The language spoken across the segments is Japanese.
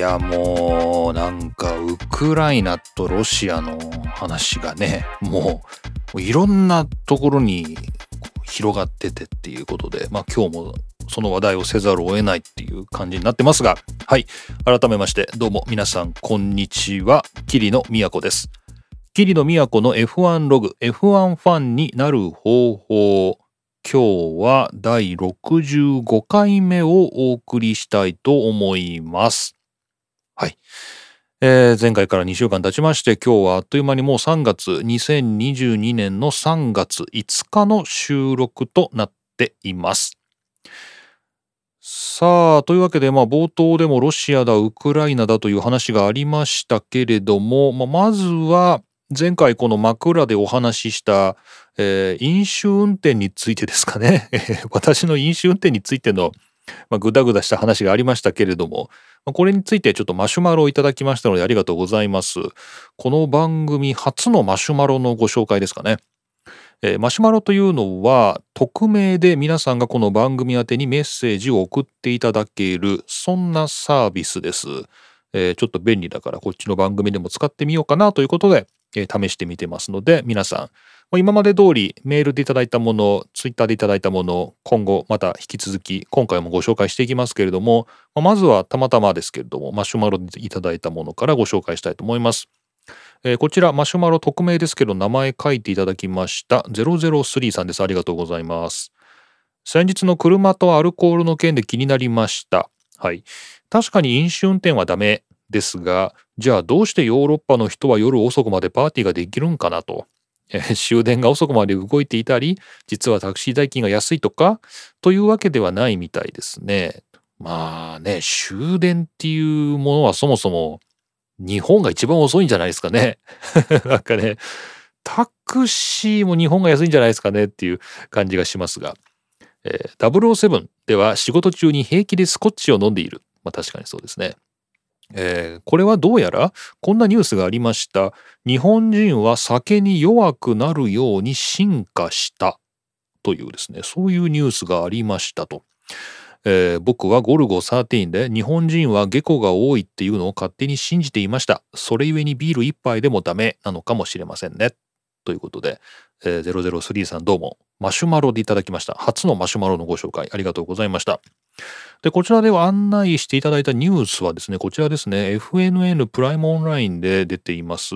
やもうなんかウクライナとロシアの話がねもういろんなところに広がっててっていうことで、今日もその話題をせざるを得ないっていう感じになってますが、はい、改めましてどうも皆さんこんにちは。桐野都です。桐野都の F1 ログ F1 ファンになる方法、今日は第65回目をお送りしたいと思います。はい、前回から2週間経ちまして、今日はあっという間にもう3月2022年の3月5日の収録となっています。さあ、というわけで冒頭でもロシアだウクライナだという話がありましたけれども、まずは前回この枕でお話しした、飲酒運転についてですかね私の飲酒運転についてのぐだぐだした話がありましたけれども、これについてちょっとマシュマロをいただきましたのでありがとうございます。この番組初のマシュマロのご紹介ですかね。マシュマロというのは匿名で皆さんがこの番組宛てにメッセージを送っていただける、そんなサービスです。ちょっと便利だからこっちの番組でも使ってみようかなということで、試してみてますので、皆さん今まで通りメールでいただいたもの、ツイッターでいただいたもの、今後また引き続き今回もご紹介していきますけれども、まずはたまたまですけれどもマシュマロでいただいたものからご紹介したいと思います。こちらマシュマロ匿名ですけど名前書いていただきました003さんです。ありがとうございます。先日の車とアルコールの件で気になりました。はい、確かに飲酒運転はダメですが、じゃあどうしてヨーロッパの人は夜遅くまでパーティーができるんかなと。終電が遅くまで動いていたり、実はタクシー代金が安いとかというわけではないみたいですね。終電っていうものはそもそも日本が一番遅いんじゃないですかね。なんかね、タクシーも日本が安いんじゃないですかねっていう感じがしますが、007では仕事中に平気でスコッチを飲んでいる。確かにそうですね。これはどうやらこんなニュースがありました。日本人は酒に弱くなるように進化したというですね、そういうニュースがありましたと。僕はゴルゴ13で日本人は下戸が多いっていうのを勝手に信じていました。それゆえにビール一杯でもダメなのかもしれませんね。ということで、003さんどうもマシュマロでいただきました。初のマシュマロのご紹介ありがとうございました。で、こちらでは案内していただいたニュースはですね、こちらですね、FNN プライムオンラインで出ています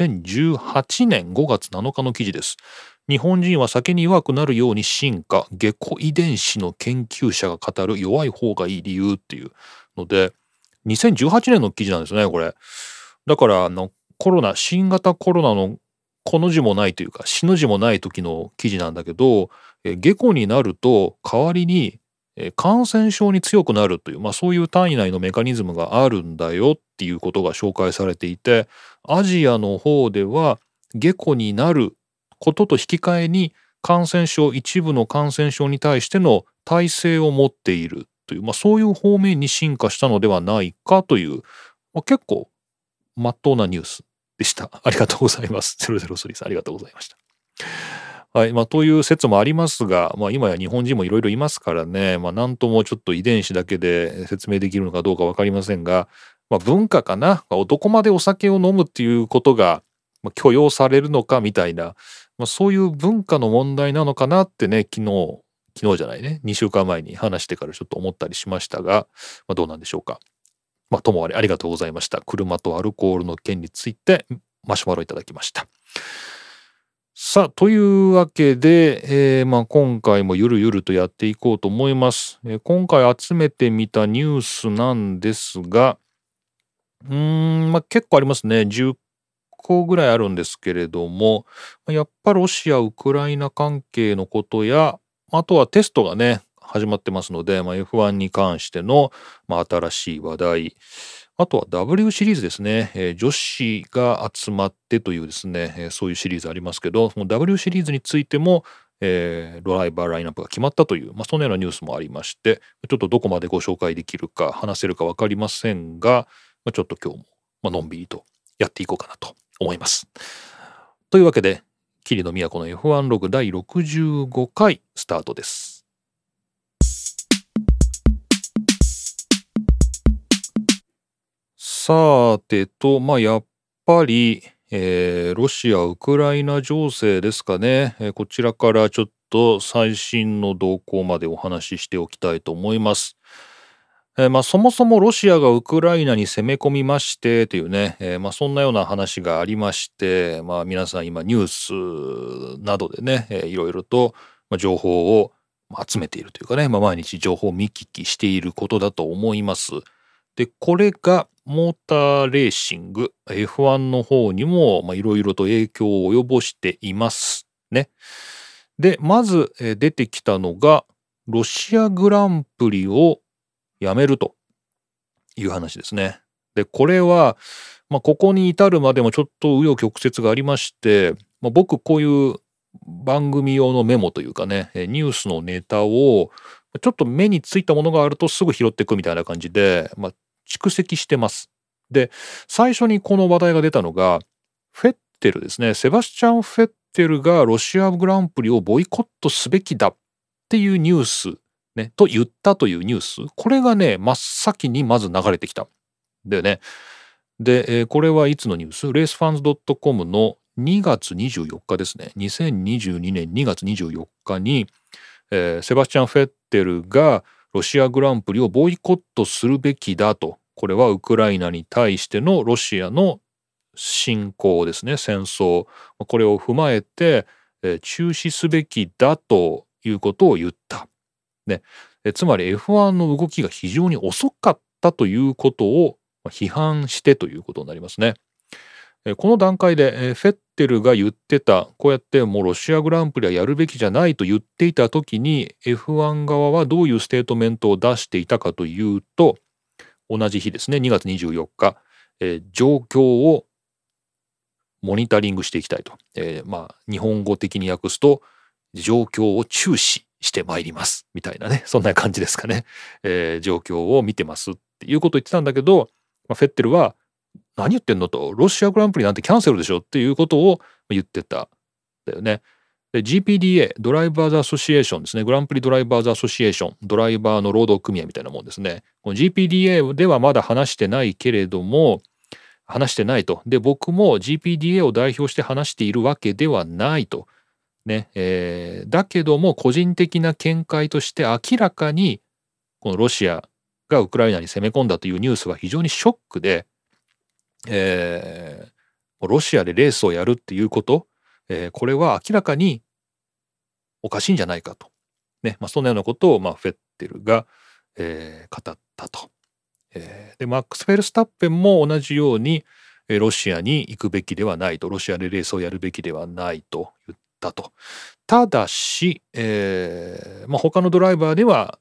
。2018年5月7日の記事です。日本人は酒に弱くなるように進化、下戸遺伝子の研究者が語る弱い方がいい理由っていうので、2018年の記事なんですね、これ。だから新型コロナのこの字もないというか死の字もない時の記事なんだけど、下戸になると代わりに感染症に強くなるという、そういう単位内のメカニズムがあるんだよっていうことが紹介されていて、アジアの方では下戸になることと引き換えに一部の感染症に対しての耐性を持っているという、そういう方面に進化したのではないかという、結構真っ当なニュースでした。ありがとうございます。003さんありがとうございました。はい、という説もありますが、今や日本人もいろいろいますからね、なんともちょっと遺伝子だけで説明できるのかどうか分かりませんが、文化かな、どこまでお酒を飲むっていうことが許容されるのかみたいな、そういう文化の問題なのかなってね、昨日じゃないね、2週間前に話してからちょっと思ったりしましたが、どうなんでしょうか。ともあれありがとうございました。車とアルコールの件についてマシュマロいただきました。さあ、というわけで、今回もゆるゆるとやっていこうと思います。今回集めてみたニュースなんですが、結構ありますね。10個ぐらいあるんですけれども、やっぱロシア・ウクライナ関係のことや、あとはテストがね、始まってますので、F1 に関しての、新しい話題、あとは W シリーズですね、女子が集まってというですね、そういうシリーズありますけど、その W シリーズについても、ドライバーラインナップが決まったという、そのようなニュースもありまして、ちょっとどこまでご紹介できるか話せるか分かりませんが、ちょっと今日ものんびりとやっていこうかなと思います。というわけで、桐野都の F1 ログ第65回スタートです。 さてと、やっぱり、ロシア・ウクライナ情勢ですかね。こちらからちょっと最新の動向までお話ししておきたいと思います。そもそもロシアがウクライナに攻め込みましてというね、そんなような話がありまして、皆さん今ニュースなどでね、いろいろと情報を集めているというかね、毎日情報を見聞きしていることだと思います。で、これがモーターレーシング F1 の方にもいろいろと影響を及ぼしていますね。で、まず出てきたのがロシアグランプリをやめるという話ですね。で、これは、ここに至るまでもちょっと紆余曲折がありまして、僕こういう番組用のメモというかね、ニュースのネタをちょっと目についたものがあるとすぐ拾っていくみたいな感じで、蓄積してます。で、最初にこの話題が出たのが、フェッテルですね。セバスチャン・フェッテルがロシアグランプリをボイコットすべきだっていうニュース、ね、と言ったというニュース。これがね、真っ先にまず流れてきた。でね。で、これはいつのニュース？レースファンズ .com の2月24日ですね。2022年2月24日に、セバスチャン・フェッテルがロシアグランプリをボイコットするべきだと。これはウクライナに対してのロシアの侵攻ですね、戦争。これを踏まえて、中止すべきだということを言った。ね、つまり F1 の動きが非常に遅かったということを批判してということになりますね。この段階でフェッテルが言ってた、こうやってもうロシアグランプリはやるべきじゃないと言っていた時に F1 側はどういうステートメントを出していたかというと、同じ日ですね、2月24日、状況をモニタリングしていきたいと。日本語的に訳すと、状況を注視してまいりますみたいなね、そんな感じですかね。状況を見てますっていうことを言ってたんだけど、フェッテルは何言ってんのと、ロシアグランプリなんてキャンセルでしょっていうことを言ってただよね。で GPDA ドライバーズアソシエーションですね、グランプリドライバーズアソシエーション、ドライバーの労働組合みたいなもんですね。この GPDA ではまだ話してないけれども、話してないと。で、僕も GPDA を代表して話しているわけではないと。ね、だけども個人的な見解として明らかにこのロシアがウクライナに攻め込んだというニュースは非常にショックで、ロシアでレースをやるっていうこと、これは明らかにおかしいんじゃないかと。ね、そんなようなことをフェッテルが、語ったと。でマックス・フェルスタッペンも同じようにロシアに行くべきではないと、ロシアでレースをやるべきではないと言ったと。ただし、他のドライバーでは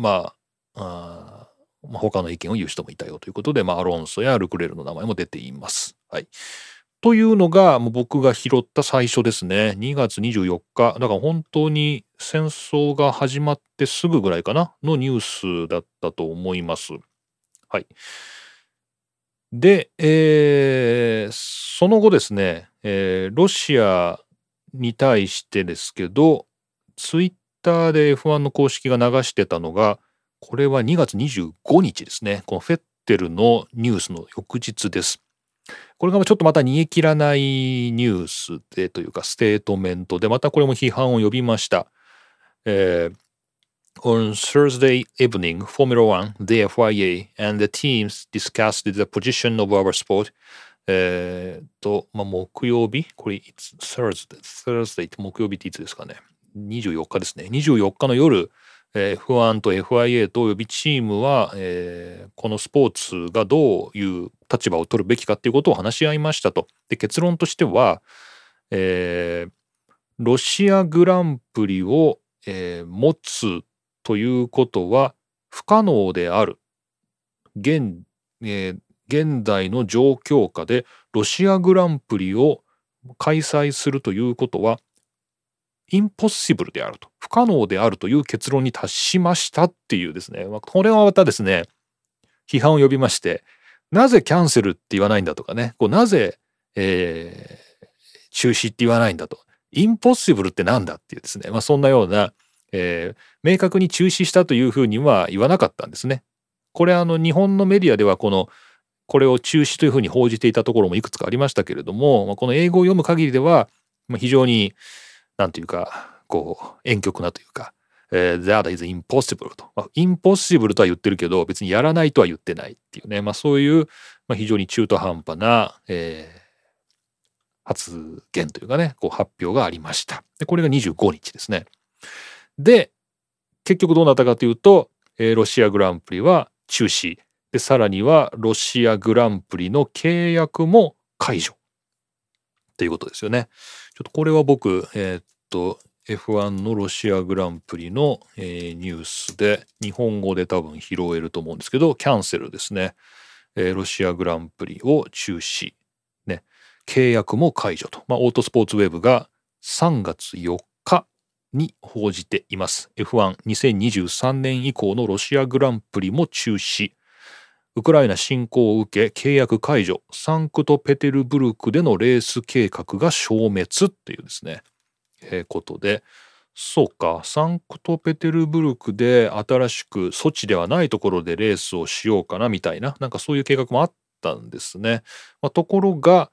他の意見を言う人もいたよということで、アロンソやルクレルの名前も出ています。はい。というのがもう僕が拾った最初ですね。2月24日。だから本当に戦争が始まってすぐぐらいかなのニュースだったと思います。はい。で、その後ですね、ロシアに対してですけど、ツイッターで F1 の公式が流してたのが、これは2月25日ですね。このフェッテルのニュースの翌日です。これがちょっとまた煮え切らないニュースでというかステートメントで、またこれも批判を呼びました。On Thursday evening, Formula One, the FIA, and the teams discussed the position of our sport. 木曜日これ、Thursday って木曜日っていつですかね。24日ですね。24日の夜、F1 と FIA とおよびチームは、このスポーツがどういう立場を取るべきかっていうことを話し合いましたと。で、結論としては、ロシアグランプリを、持つということは不可能である。現代の状況下でロシアグランプリを開催するということはインポッシブルであると、不可能であるという結論に達しましたっていうですね、これはまたですね、批判を呼びまして、なぜキャンセルって言わないんだとかね、なぜ、中止って言わないんだと、インポッシブルってなんだっていうですね、そんなような、明確に中止したというふうには言わなかったんですね。これ日本のメディアではこのこれを中止というふうに報じていたところもいくつかありましたけれども、この英語を読む限りでは非常になんていうか婉曲なというか、That is impossible と、impossible とは言ってるけど別にやらないとは言ってないっていうね、そういう、非常に中途半端な、発言というかね発表がありました。でこれが25日ですね。で結局どうなったかというと、ロシアグランプリは中止で、さらにはロシアグランプリの契約も解除っていうことですよね。ちょっとこれは僕F1 のロシアグランプリの、ニュースで日本語で多分拾えると思うんですけど、キャンセルですね。ロシアグランプリを中止ね、契約も解除と、オートスポーツウェブが3月4日に報じています。 F12023 年以降のロシアグランプリも中止、ウクライナ侵攻を受け契約解除、サンクトペテルブルクでのレース計画が消滅っていうですね、ことで、そうか、サンクトペテルブルクで新しくソチではないところでレースをしようかなみたいな、なんかそういう計画もあったんですね。ところが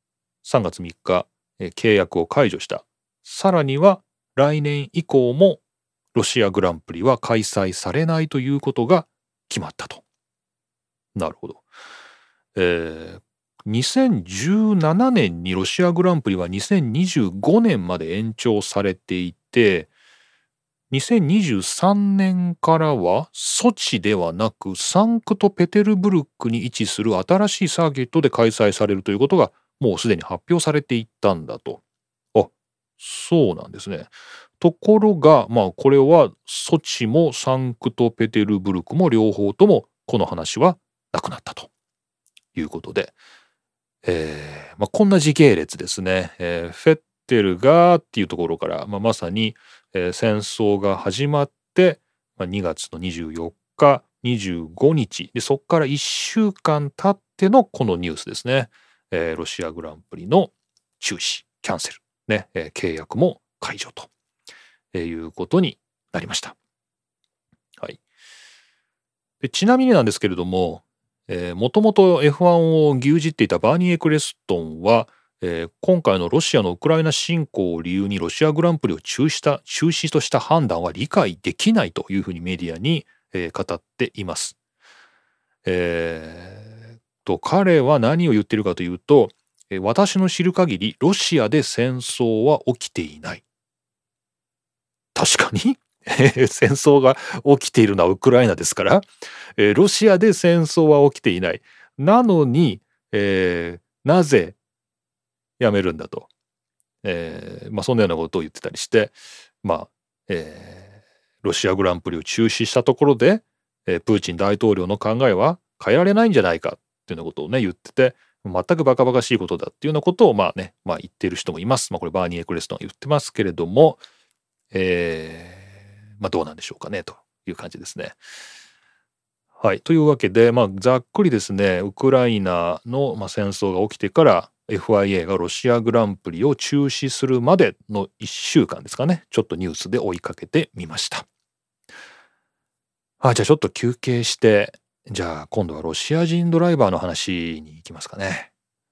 3月3日、契約を解除した。さらには来年以降もロシアグランプリは開催されないということが決まったと。なるほど。2017年にロシアグランプリは2025年まで延長されていて、2023年からはソチではなくサンクトペテルブルクに位置する新しいサーキットで開催されるということがもうすでに発表されていったんだと。そうなんですね。ところがこれはソチもサンクトペテルブルクも両方ともこの話はなくなったということで、こんな時系列ですね。フェッテルがっていうところから、まさに、戦争が始まって、2月の24日25日で、そこから1週間経ってのこのニュースですね。ロシアグランプリの中止キャンセルね、契約も解除と、いうことになりました。はい。でちなみになんですけれども、もともと F1 を牛耳っていたバーニー・エクレストンは、今回のロシアのウクライナ侵攻を理由にロシアグランプリを中止とした判断は理解できないというふうにメディアに、語っています。彼は何を言っているかというと、私の知る限りロシアで戦争は起きていない。確かに戦争が起きているのはウクライナですから、ロシアで戦争は起きていない。なのに、なぜやめるんだと、そんなようなことを言ってたりして、ロシアグランプリを中止したところで、プーチン大統領の考えは変えられないんじゃないかっていうようなことをね言ってて、全くバカバカしいことだっていうようなことを言っている人もいます。これバーニー・エクレストンが言ってますけれども、どうなんでしょうかねという感じですね。はい。というわけで、ざっくりですね、ウクライナの、戦争が起きてから FIA がロシアグランプリを中止するまでの1週間ですかね、ちょっとニュースで追いかけてみました。じゃあちょっと休憩して、じゃあ今度はロシア人ドライバーの話に行きますかね。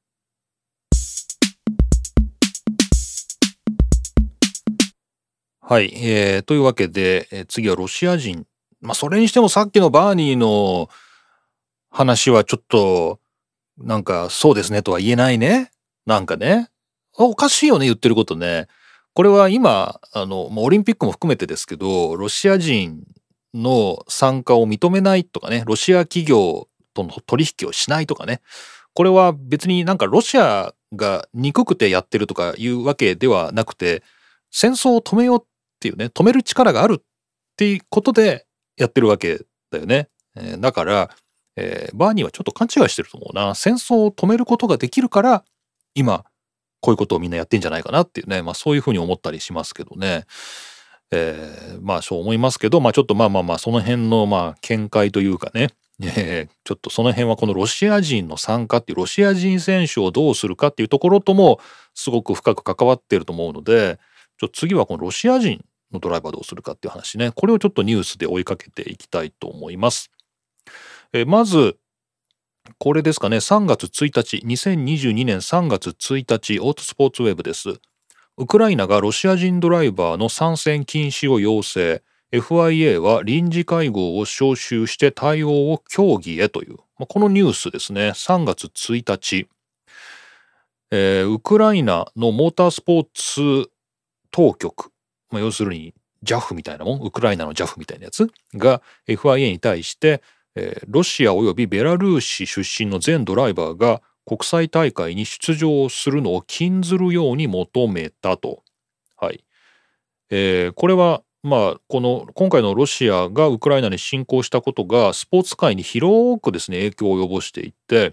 はい、というわけで、次はロシア人。それにしてもさっきのバーニーの話はちょっとなんかそうですねとは言えないね。なんかね、おかしいよね言ってることね。これは今オリンピックも含めてですけど、ロシア人の参加を認めないとかね、ロシア企業との取引をしないとかね、これは別になんかロシアが憎くてやってるとかいうわけではなくて、戦争を止めようっていうね、止める力があるっていうことでやってるわけだよね。だから、バーニーはちょっと勘違いしてると思うな。戦争を止めることができるから今こういうことをみんなやってんじゃないかなっていうね、そういうふうに思ったりしますけどね。そう思いますけど、ちょっとその辺の見解というかね、ちょっとその辺はこのロシア人の参加っていうロシア人選手をどうするかっていうところともすごく深く関わっていると思うので、次はこのロシア人のドライバーどうするかっていう話ね、これをちょっとニュースで追いかけていきたいと思います。まずこれですかね、3月1日、2022年3月1日、オートスポーツウェブです。ウクライナがロシア人ドライバーの参戦禁止を要請。FIA は臨時会合を招集して対応を協議へという、このニュースですね。3月1日、ウクライナのモータースポーツ当局、要するに JAF みたいなもん、ウクライナの JAF みたいなやつが FIA に対して、ロシアおよびベラルーシ出身の全ドライバーが国際大会に出場するのを禁ずるように求めたと。はい。これはこの今回のロシアがウクライナに侵攻したことがスポーツ界に広くですね影響を及ぼしていて、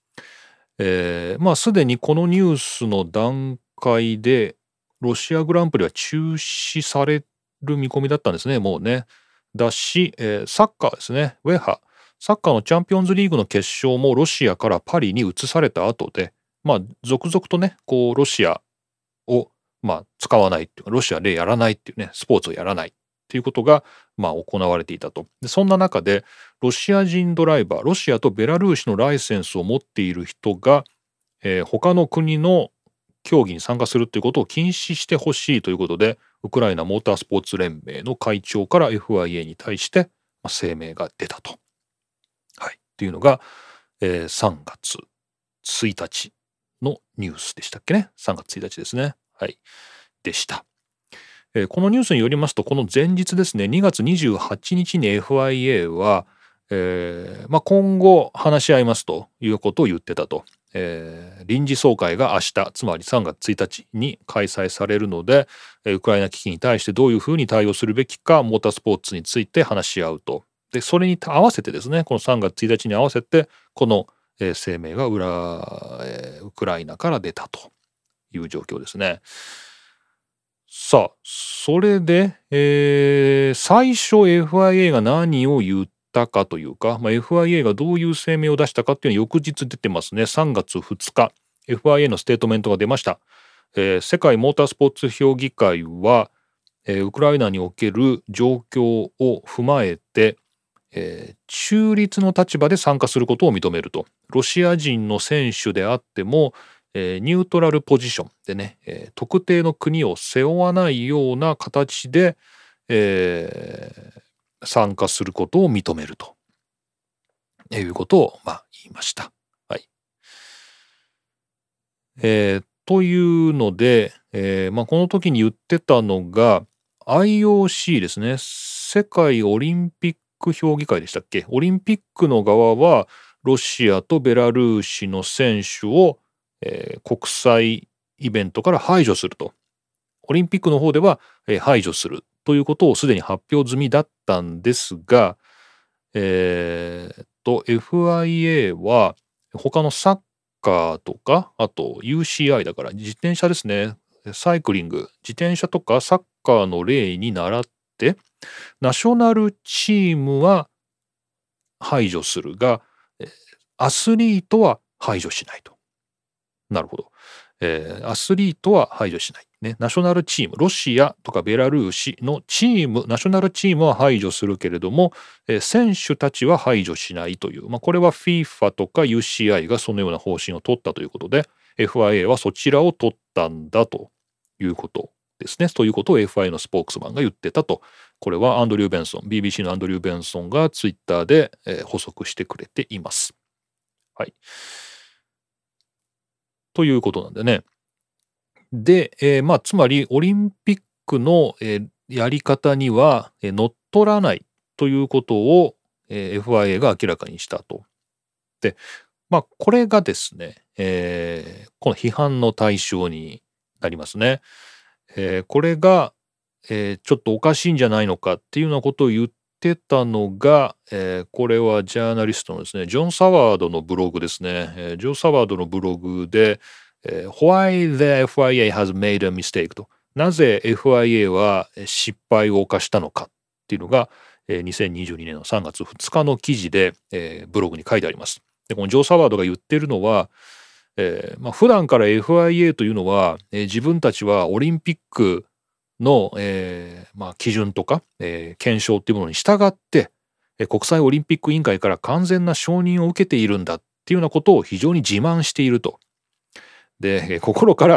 すでにこのニュースの段階でロシアグランプリは中止される見込みだったんですね、もうね。だし、サッカーですね、ウェハ、サッカーのチャンピオンズリーグの決勝もロシアからパリに移された後で、続々とね、こうロシアを使わないっていうか、ロシアでやらないっていうね、スポーツをやらないっていうことが行われていたと。でそんな中でロシア人ドライバー、ロシアとベラルーシのライセンスを持っている人が、他の国の競技に参加するっていうことを禁止してほしいということで、ウクライナモータースポーツ連盟の会長から FIA に対して声明が出たと。はい。っていうのが、3月1日のニュースでしたっけね。3月1日ですね。はい。でした。このニュースによりますと、この前日ですね、2月28日に FIA は、今後話し合いますということを言ってたと。臨時総会が明日、つまり3月1日に開催されるので、ウクライナ危機に対してどういうふうに対応するべきか、モータースポーツについて話し合うと。で、それに合わせてですね、この3月1日に合わせて、この声明がウクライナから出たという状況ですね。さあ、それで、最初 FIA が何を言ったかというか、FIA がどういう声明を出したかっていうのは翌日出てますね。3月2日、FIA のステートメントが出ました。世界モータースポーツ評議会は、ウクライナにおける状況を踏まえて、中立の立場で参加することを認めると。ロシア人の選手であっても、ニュートラルポジションでね、特定の国を背負わないような形で、参加することを認めるということを言いました。はい。というので、この時に言ってたのが IOC ですね。世界オリンピック評議会でしたっけ。オリンピックの側はロシアとベラルーシの選手を国際イベントから排除すると。オリンピックの方では、排除するということをすでに発表済みだったんですが、FIA は他のサッカーとか、あと UCI だから自転車ですね。サイクリング、自転車とかサッカーの例に倣って、ナショナルチームは排除するが、アスリートは排除しないと。なるほど。アスリートは排除しない。ね、ナショナルチーム、ロシアとかベラルーシのチーム、ナショナルチームは排除するけれども、選手たちは排除しないという、これは FIFA とか UCI がそのような方針を取ったということで、FIA はそちらを取ったんだということですね。ということを FIA のスポークスマンが言ってたと。これはアンドリュー・ベンソン、BBC のアンドリュー・ベンソンがツイッターで、補足してくれています。はい。ということなんでね。で、つまりオリンピックの、やり方には、乗っ取らないということを、FIA が明らかにしたと。で、これがですね、この批判の対象になりますね。これが、ちょっとおかしいんじゃないのかっていうようなことを言ってたのが、これはジャーナリストのですね、ジョン・サワードのブログですね。ジョン・サワードのブログで、Why the FIA has made a mistake と。なぜ FIA は失敗を犯したのかっていうのが、2022年の3月2日の記事で、ブログに書いてあります。で、このジョー・サワードが言ってるのは、普段から FIA というのは、自分たちはオリンピックの、基準とか、検証っていうものに従って、国際オリンピック委員会から完全な承認を受けているんだっっていうようなことを非常に自慢していると。で、心から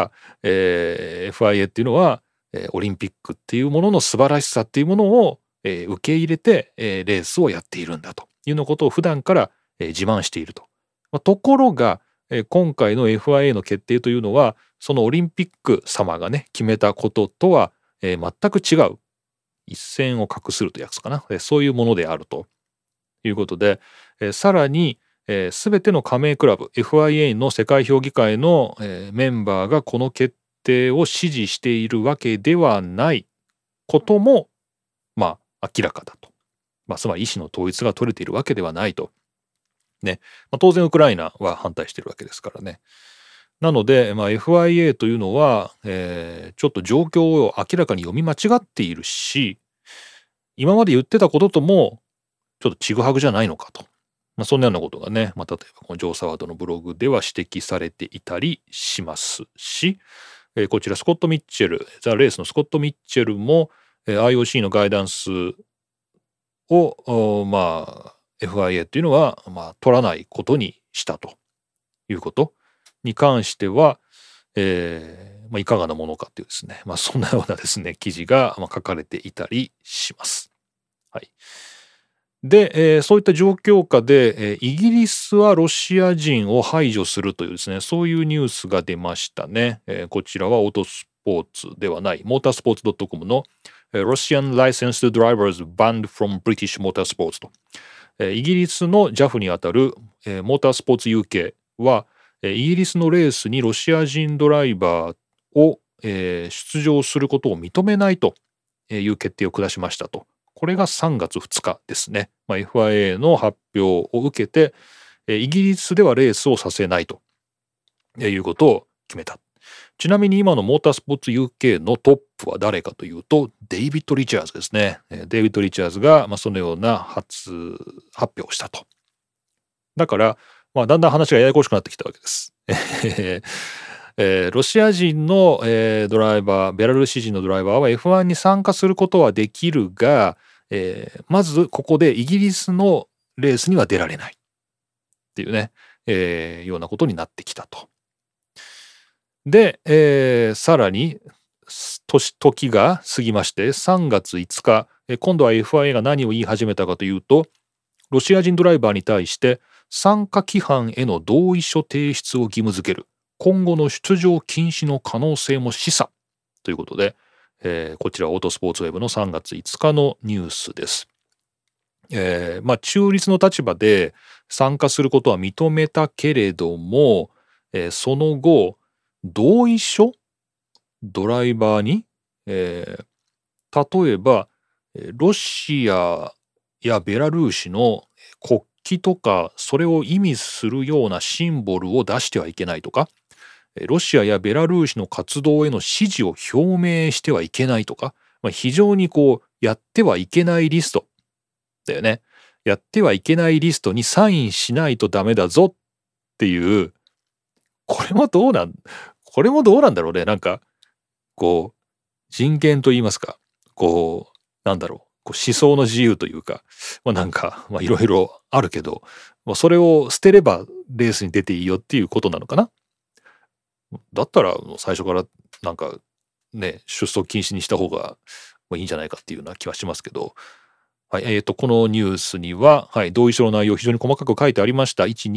、FIA っていうのは、オリンピックっていうものの素晴らしさっていうものを、受け入れて、レースをやっているんだというようなことを普段から、自慢していると。ところが、今回の FIA の決定というのはそのオリンピック様がね決めたこととは、全く違う一線を画するというやつかな、そういうものであるということで、さらに全ての加盟クラブ FIA の世界評議会の、メンバーがこの決定を支持しているわけではないこともまあ明らかだと、つまり意思の統一が取れているわけではないとね。当然ウクライナは反対しているわけですからね。なので、FIA というのは、ちょっと状況を明らかに読み間違っているし、今まで言ってたことともちょっとちぐはぐじゃないのかと。そんなようなことがね、例えばこのジョー・サワードのブログでは指摘されていたりしますし、こちらスコット・ミッチェル、ザ・レースのスコット・ミッチェルも、IOC のガイダンスをFIA っていうのは、取らないことにしたということに関しては、いかがなものかっていうですね、そんなようなですね記事が書かれていたりします。はい。で、そういった状況下で、イギリスはロシア人を排除するというですね、そういうニュースが出ましたね。こちらはオートスポーツではない、モータースポーツ .com の Russian Licensed Drivers Banned from British Motorsports と。イギリスの JAF にあたる、モータースポーツ UK は、イギリスのレースにロシア人ドライバーを、出場することを認めないという決定を下しましたと。これが3月2日ですね。FIA の発表を受けて、イギリスではレースをさせないということを決めた。ちなみに今のモータースポーツ UK のトップは誰かというとデイビッド・リチャーズですね。デイビッド・リチャーズがそのような発表をしたと。だからだんだん話がややこしくなってきたわけです。ロシア人の、ドライバー、ベラルーシ人のドライバーは F1 に参加することはできるが、まずここでイギリスのレースには出られないっていうね、ようなことになってきたと。で、さらに時が過ぎまして3月5日、今度は FIA が何を言い始めたかというと、ロシア人ドライバーに対して参加規範への同意書提出を義務付ける、今後の出場禁止の可能性も示唆ということで、こちらオートスポーツウェブの3月5日のニュースです。中立の立場で参加することは認めたけれども、その後同意書ドライバーに、例えばロシアやベラルーシの国旗とかそれを意味するようなシンボルを出してはいけないとか、ロシアやベラルーシの活動への支持を表明してはいけないとか、非常にやってはいけないリストだよね。やってはいけないリストにサインしないとダメだぞっていう、これもどうなんだろうね。人権と言いますか、思想の自由というか、いろいろあるけど、それを捨てればレースに出ていいよっていうことなのかな。だったら最初から出走禁止にした方がいいんじゃないかっていうような気はしますけど、はい、このニュースには、同意書の内容非常に細かく書いてありました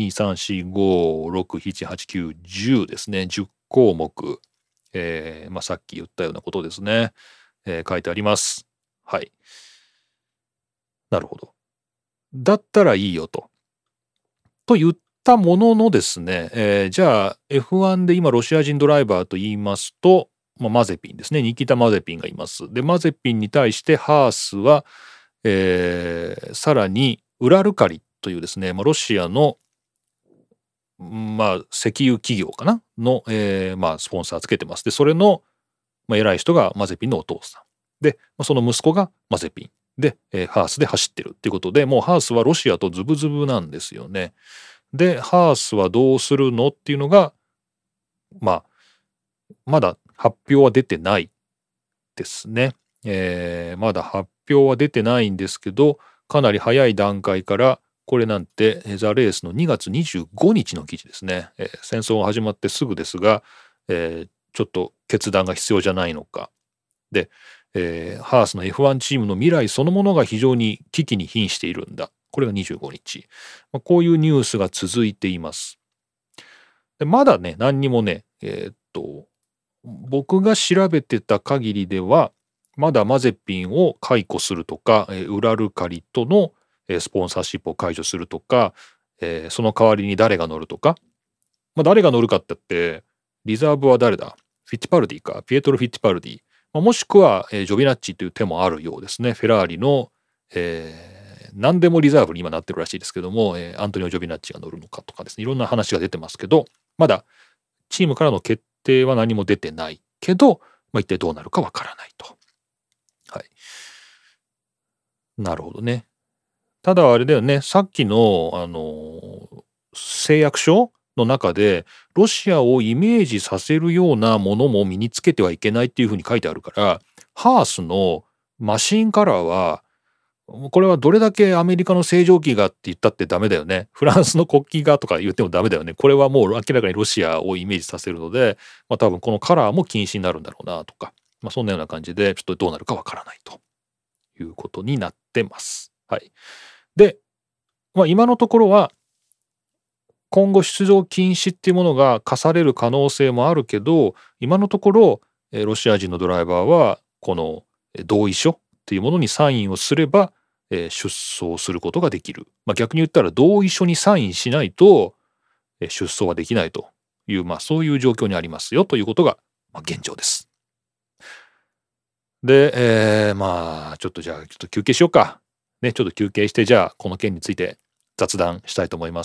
。1、2、3、4、5、6、7、8、9、10ですね。10項目。さっき言ったようなことですね。書いてあります。はい。なるほど。だったらいいよと。と言ったもののですね、じゃあ F1 で今ロシア人ドライバーと言いますと、マゼピンですね。ニキタ・マゼピンがいます。で、マゼピンに対してハースは、さらにウラルカリというですね、ロシアの石油企業かなの、スポンサーつけてます。でそれの、偉い人がマゼピンのお父さんで、その息子がマゼピンで、ハースで走ってるっていうことで、もうハースはロシアとズブズブなんですよね。でハースはどうするのっていうのがまだ発表は出てないですね。まだ発表は出てないんですけど、かなり早い段階からこれなんてザ・レースの2月25日の記事ですね。戦争が始まってすぐですが、ちょっと決断が必要じゃないのか。で、ハースの F1 チームの未来そのものが非常に危機に瀕しているんだ。これが25日。こういうニュースが続いています。でまだね、何にもね、僕が調べてた限りでは、まだマゼピンを解雇するとか、ウラルカリとのスポンサーシップを解除するとか、その代わりに誰が乗るとか、誰が乗るかってリザーブは誰だ？フィッチパルディか、ピエトロ・フィッチパルディ。もしくは、ジョビナッチという手もあるようですね。フェラーリの、何でもリザーブに今なってるらしいですけども、アントニオ・ジョビナッチが乗るのかとかですね、いろんな話が出てますけど、まだチームからの決定は何も出てないけど、一体どうなるかわからないと。はい。なるほどね。ただあれだよね、さっきの、誓約書の中で、ロシアをイメージさせるようなものも身につけてはいけないっていうふうに書いてあるから、ハースのマシンカラーは、これはどれだけアメリカの星条旗がって言ったってダメだよね。フランスの国旗がとか言ってもダメだよね。これはもう明らかにロシアをイメージさせるので、多分このカラーも禁止になるんだろうなとか、そんなような感じでちょっとどうなるかわからないということになってます。はい。で、今のところは今後出場禁止っていうものが課される可能性もあるけど、今のところロシア人のドライバーはこの同意書っていうものにサインをすれば出走することができる。逆に言ったら同意書にサインしないと出走はできないという、そういう状況にありますよということが現状です。で、ちょっとじゃあちょっと休憩しようか。ね、ちょっと休憩してじゃあこの件について雑談したいと思います。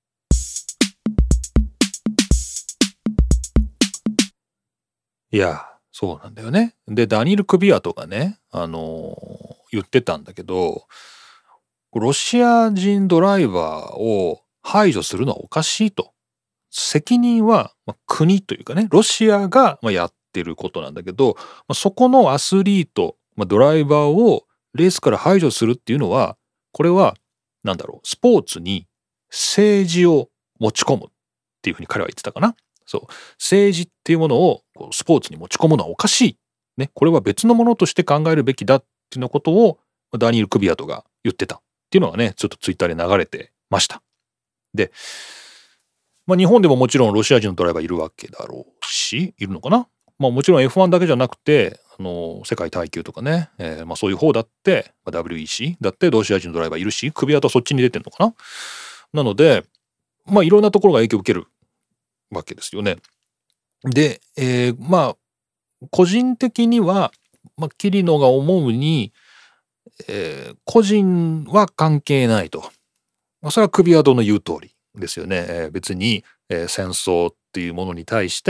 いや、そうなんだよね。で、ダニール・クビアトがね、言ってたんだけど、ロシア人ドライバーを排除するのはおかしいと。責任は国というかね、ロシアがやってることなんだけど、そこのアスリート、ドライバーをレースから排除するっていうのは、これは、スポーツに政治を持ち込むっていうふうに彼は言ってたかな。そう。政治っていうものをスポーツに持ち込むのはおかしい。ね。これは別のものとして考えるべきだっていうようなことをダニール・クビアトが言ってたっていうのがね、ちょっとツイッターで流れてました。で、日本でももちろんロシア人のドライバーいるわけだろうし、いるのかな。もちろん F1 だけじゃなくて、世界耐久とかね、そういう方だって、WEC だってロシア人のドライバーいるし、クビアトはそっちに出てんのかな。なので、いろんなところが影響を受けるわけですよね。で、個人的には、キリノが思うに、個人は関係ないと。それはクビアトの言う通りですよね。別に、戦争っていうものに対して、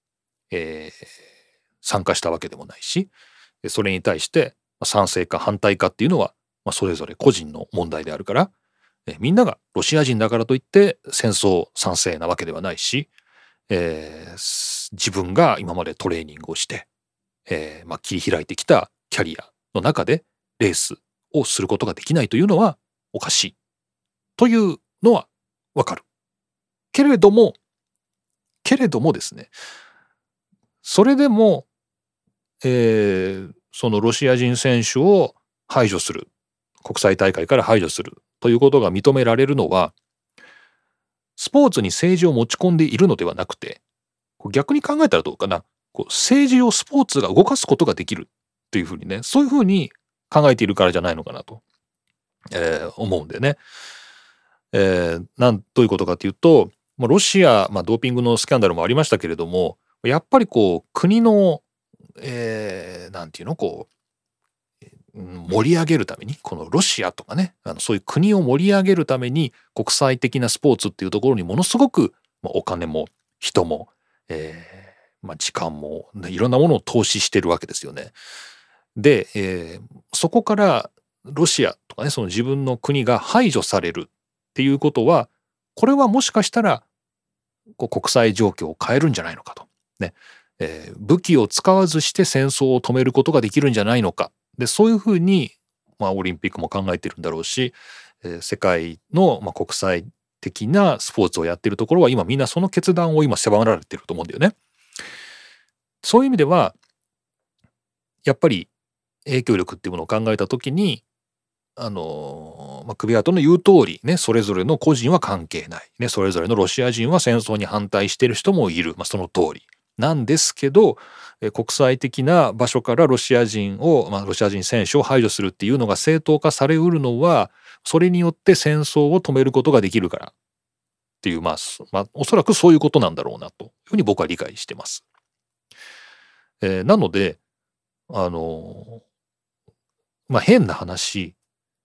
参加したわけでもないし、それに対して賛成か反対かっていうのは、それぞれ個人の問題であるから、みんながロシア人だからといって戦争賛成なわけではないし、自分が今までトレーニングをして、切り開いてきたキャリアの中でレースをすることができないというのはおかしいというのはわかる。けれどもですね、それでも、そのロシア人選手を排除する、国際大会から排除するということが認められるのは、スポーツに政治を持ち込んでいるのではなくて、逆に考えたらどうかな。政治をスポーツが動かすことができるっていうふうにね、そういうふうに考えているからじゃないのかなと、思うんでね。どういうことかというと、ロシア、ドーピングのスキャンダルもありましたけれども、やっぱり国の、なんていうの、盛り上げるために、このロシアとかね、そういう国を盛り上げるために国際的なスポーツっていうところにものすごく、お金も人も、時間もいろんなものを投資してるわけですよね。で、そこからロシアとかね、その自分の国が排除されるっていうことは、これはもしかしたら国際状況を変えるんじゃないのかと。ね。武器を使わずして戦争を止めることができるんじゃないのか。で、そういうふうに、オリンピックも考えてるんだろうし、 世界の、国際的なスポーツをやってるところは今みんなその決断を今迫られてると思うんだよね。そういう意味ではやっぱり影響力っていうものを考えた時にクビアートの言う通りね、それぞれの個人は関係ない、ね、それぞれのロシア人は戦争に反対している人もいる、その通りなんですけど、国際的な場所からロシア人を、ロシア人選手を排除するっていうのが正当化されうるのは、それによって戦争を止めることができるからっていう、おそらくそういうことなんだろうなというふうに僕は理解してます。なので変な話、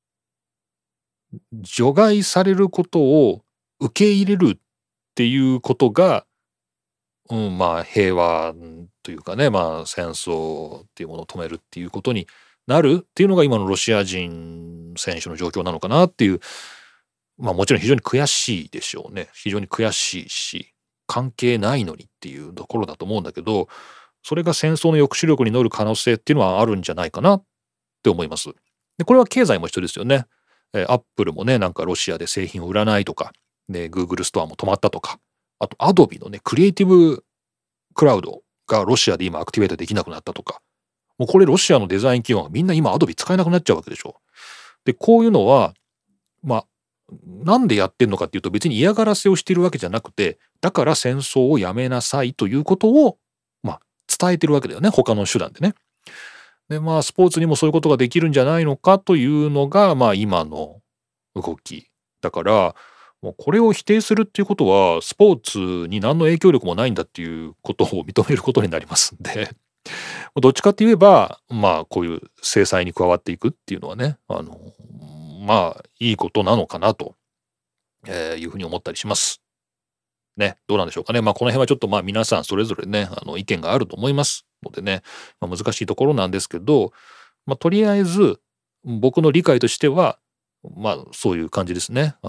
除外されることを受け入れるっていうことが、平和というかね、戦争っていうものを止めるっていうことになるっていうのが今のロシア人選手の状況なのかなっていう、もちろん非常に悔しいでしょうね。非常に悔しいし、関係ないのにっていうところだと思うんだけど、それが戦争の抑止力に乗る可能性っていうのはあるんじゃないかなって思います。で、これは経済も一緒ですよね。アップルもね、なんかロシアで製品を売らないとか、で、Google ストアも止まったとか、あと Adobe のね、クリエイティブクラウドがロシアで今アクティベートできなくなったとか、もうこれロシアのデザイン企業がみんな今 Adobe 使えなくなっちゃうわけでしょ。で、こういうのは、なんでやってんのかっていうと別に嫌がらせをしているわけじゃなくて、だから戦争をやめなさいということを、伝えてるわけだよね、他の手段でね。で、スポーツにもそういうことができるんじゃないのかというのが、今の動き。だから、もうこれを否定するっていうことは、スポーツに何の影響力もないんだっていうことを認めることになりますんで、どっちかって言えば、こういう制裁に加わっていくっていうのはね、いいことなのかなと、いうふうに思ったりします。ね、どうなんでしょうかね。この辺はちょっと皆さんそれぞれね、意見があると思いますのでね、難しいところなんですけど、とりあえず僕の理解としては、そういう感じですね。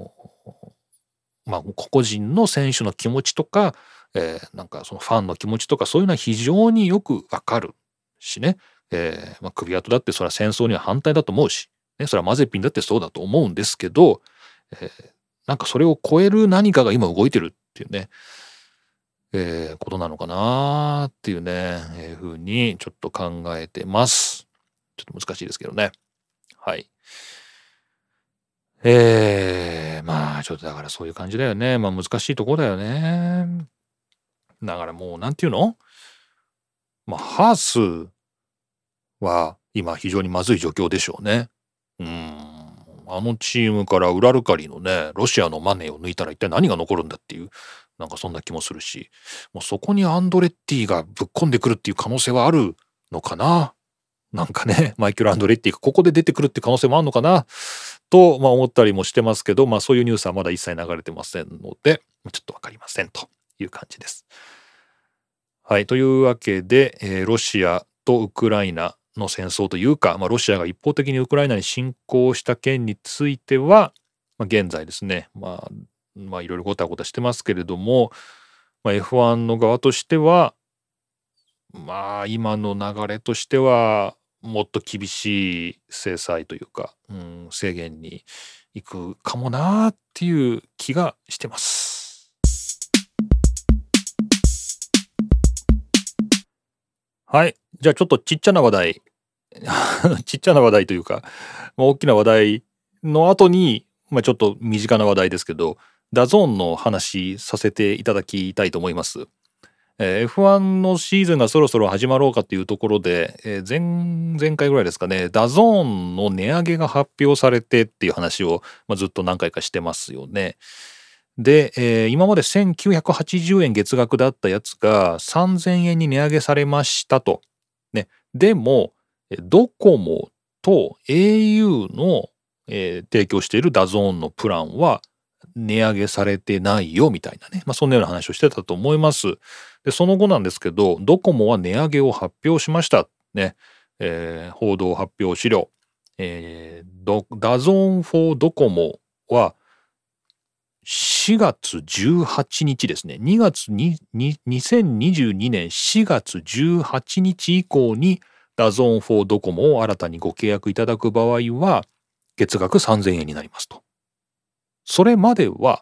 個々人の選手の気持ちとか、なんかそのファンの気持ちとかそういうのは非常によくわかるしね、クビアトだってそれは戦争には反対だと思うし、ね、それはマゼピンだってそうだと思うんですけど、なんかそれを超える何かが今動いてるっていうね、ことなのかなっていうね、ふうにちょっと考えてます。ちょっと難しいですけどね。はい。ちょっとだからそういう感じだよね。難しいとこだよね。だからもうなんていうの、ハースは今非常にまずい状況でしょうね。あのチームからウラルカリのね、ロシアのマネーを抜いたら一体何が残るんだっていう、なんかそんな気もするし、もうそこにアンドレッティがぶっ込んでくるっていう可能性はあるのかな。なんかね、マイケル・アンドレッティがここで出てくるって可能性もあるのかなと、思ったりもしてますけど、そういうニュースはまだ一切流れてませんので、ちょっとわかりませんという感じです。はい、というわけで、ロシアとウクライナの戦争というか、ロシアが一方的にウクライナに侵攻した件については、現在ですね、いろいろごたごたしてますけれども、F1 の側としては、今の流れとしては、もっと厳しい制裁というか、制限に行くかもなっていう気がしてます。はい。じゃあちょっとちっちゃな話題ちっちゃな話題というか、大きな話題の後に、ちょっと身近な話題ですけど、ダゾーンの話させていただきたいと思います。F1 のシーズンがそろそろ始まろうかというところで、前回ぐらいですかね、ダゾーンの値上げが発表されてっていう話を、ずっと何回かしてますよね。で、今まで1980円月額だったやつが3000円に値上げされましたと。ね、でも、ドコモと au の、提供しているダゾーンのプランは値上げされてないよみたいなね、そんなような話をしてたと思います。で、その後なんですけど、ドコモは値上げを発表しました。ね。報道発表資料。ダゾーン4ドコモは4月18日ですね。2022年4月18日以降にダゾーン4ドコモを新たにご契約いただく場合は、 月額3000円になりますと。それまでは